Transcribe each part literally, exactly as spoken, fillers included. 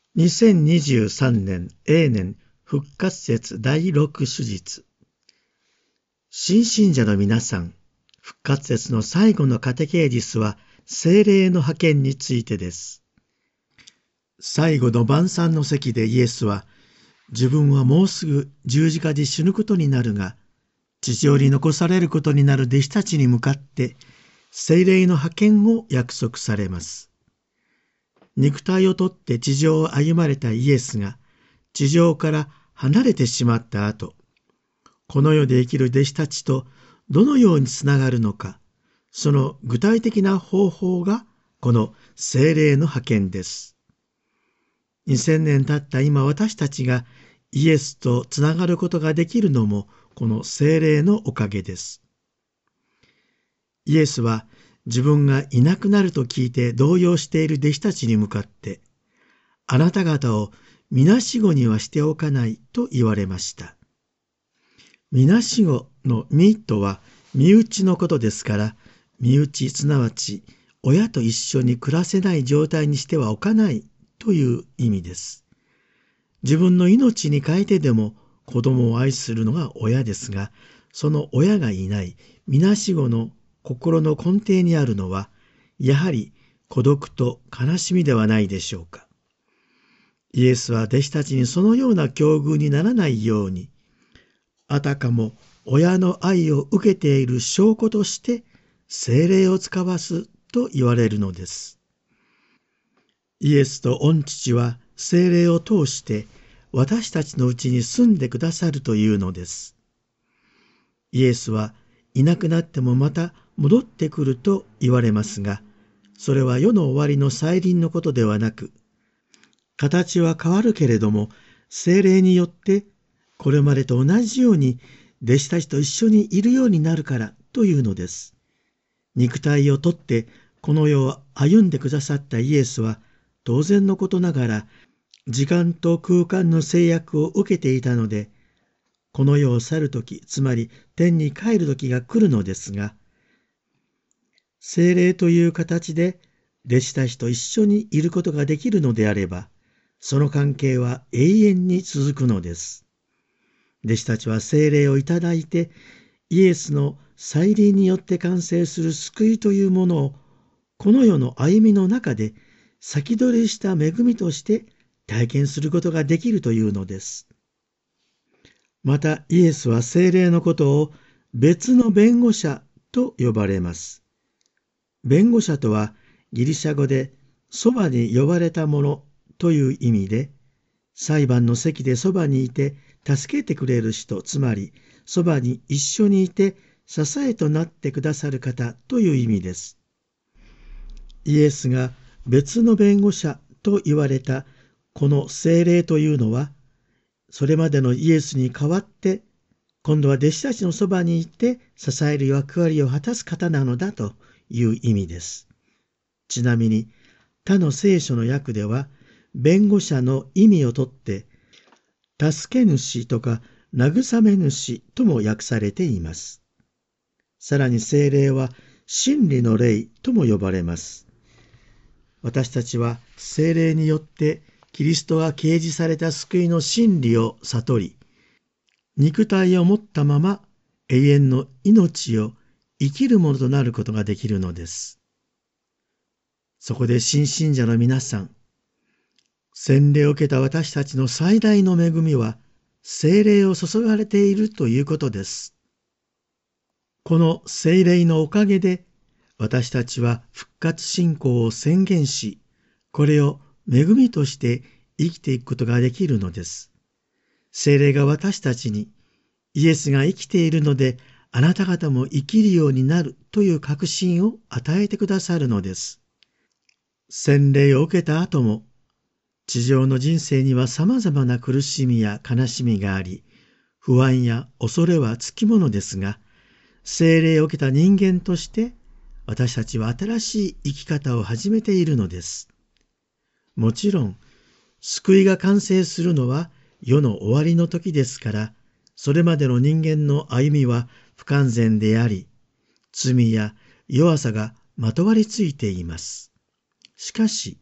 にせんにじゅうさんねん永年復活節第六主日。新信者の皆さん、復活節の最後のカテケージスは聖霊の派遣についてです。最後の晩餐の席でイエスは、自分はもうすぐ十字架で死ぬことになるが、地上に残されることになる弟子たちに向かって、聖霊の派遣を約束されます。肉体をとって地上を歩まれたイエスが、地上から離れてしまった後、この世で生きる弟子たちとどのようにつながるのか、その具体的な方法がこの聖霊の派遣です。にせんねん経った今、私たちがイエスとつながることができるのもこの聖霊のおかげです。イエスは自分がいなくなると聞いて動揺している弟子たちに向かって、あなた方をみなしごにはしておかないと言われました。みなしごのみとは身内のことですから、身内すなわち親と一緒に暮らせない状態にしてはおかないという意味です。自分の命に変えてでも子供を愛するのが親ですが、その親がいないみなしごの心の根底にあるのは、やはり孤独と悲しみではないでしょうか。イエスは弟子たちにそのような境遇にならないように、あたかも親の愛を受けている証拠として聖霊を使わすと言われるのです。イエスと御父は聖霊を通して私たちのうちに住んでくださるというのです。イエスはいなくなってもまた戻ってくると言われますが、それは世の終わりの再臨のことではなく、形は変わるけれども、聖霊によってこれまでと同じように弟子たちと一緒にいるようになるからというのです。肉体をとってこの世を歩んでくださったイエスは、当然のことながら時間と空間の制約を受けていたので、この世を去るとき、つまり天に帰るときが来るのですが、聖霊という形で弟子たちと一緒にいることができるのであれば、その関係は永遠に続くのです。弟子たちは聖霊をいただいて、イエスの再臨によって完成する救いというものを、この世の歩みの中で先取りした恵みとして体験することができるというのです。またイエスは聖霊のことを別の弁護者と呼ばれます。弁護者とはギリシャ語でそばに呼ばれたものという意味で、裁判の席でそばにいて助けてくれる人、つまりそばに一緒にいて支えとなってくださる方という意味です。イエスが別の弁護者と言われたこの聖霊というのは、それまでのイエスに代わって今度は弟子たちのそばにいて支える役割を果たす方なのだという意味です。ちなみに他の聖書の訳では、弁護者の意味をとって助け主とか慰め主とも訳されています。さらに聖霊は真理の霊とも呼ばれます。私たちは聖霊によってキリストが掲示された救いの真理を悟り、肉体を持ったまま永遠の命を生きるものとなることができるのです。そこで新信者の皆さん、洗礼を受けた私たちの最大の恵みは、聖霊を注がれているということです。この聖霊のおかげで、私たちは復活信仰を宣言し、これを恵みとして生きていくことができるのです。聖霊が私たちに、イエスが生きているので、あなた方も生きるようになるという確信を与えてくださるのです。洗礼を受けた後も、地上の人生には様々な苦しみや悲しみがあり、不安や恐れはつきものですが、聖霊を受けた人間として、私たちは新しい生き方を始めているのです。もちろん、救いが完成するのは世の終わりの時ですから、それまでの人間の歩みは不完全であり、罪や弱さがまとわりついています。しかし、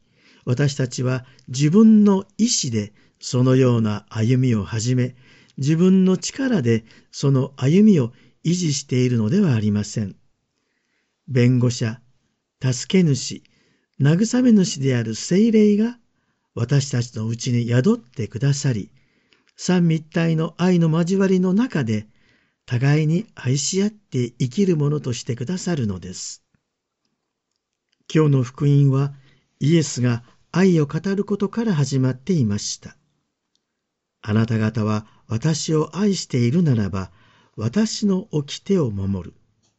私たちは自分の意志でそのような歩みを始め、自分の力でその歩みを維持しているのではありません。弁護者、助け主、慰め主である聖霊が私たちのうちに宿ってくださり、三位一体の愛の交わりの中で互いに愛し合って生きるものとしてくださるのです。今日の福音はイエスが愛を語ることから始まっていました。あなた方は私を愛しているならば、私の掟を守る。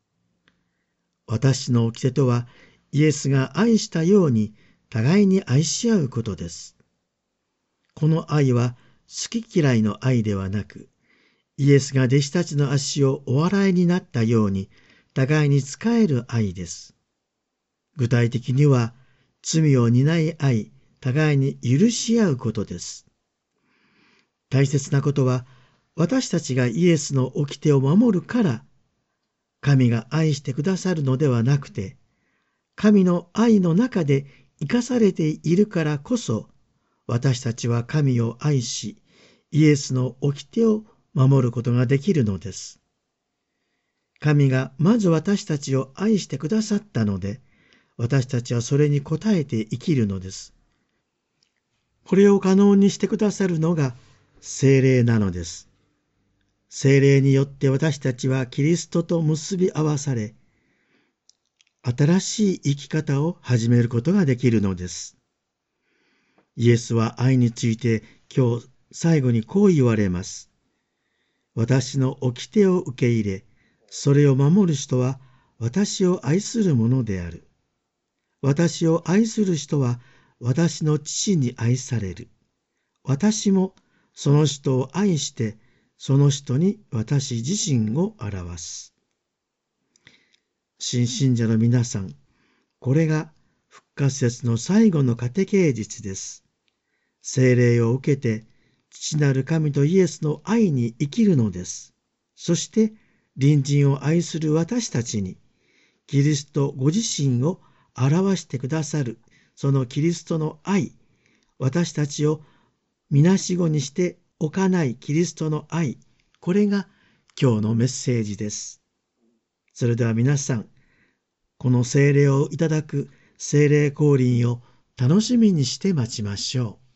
私の掟とは、イエスが愛したように互いに愛し合うことです。この愛は好き嫌いの愛ではなく、イエスが弟子たちの足をお笑いになったように互いに仕える愛です。具体的には、罪を担い合い、互いに許し合うことです。大切なことは、私たちがイエスの掟を守るから、神が愛してくださるのではなくて、神の愛の中で生かされているからこそ、私たちは神を愛し、イエスの掟を守ることができるのです。神がまず私たちを愛してくださったので、私たちはそれに応えて生きるのです。これを可能にしてくださるのが聖霊なのです。聖霊によって私たちはキリストと結び合わされ、新しい生き方を始めることができるのです。イエスは愛について今日最後にこう言われます。私の掟を受け入れ、それを守る人は私を愛する者である。私を愛する人は私の父に愛される。私もその人を愛して、その人に私自身を表す。新信者の皆さん、これが復活節の最後のカテケージスです。聖霊を受けて、父なる神とイエスの愛に生きるのです。そして、隣人を愛する私たちに、キリストご自身を表してくださる、そのキリストの愛、私たちをみなしごにしておかないキリストの愛、これが今日のメッセージです。それでは皆さん、この聖霊をいただく聖霊降臨を楽しみにして待ちましょう。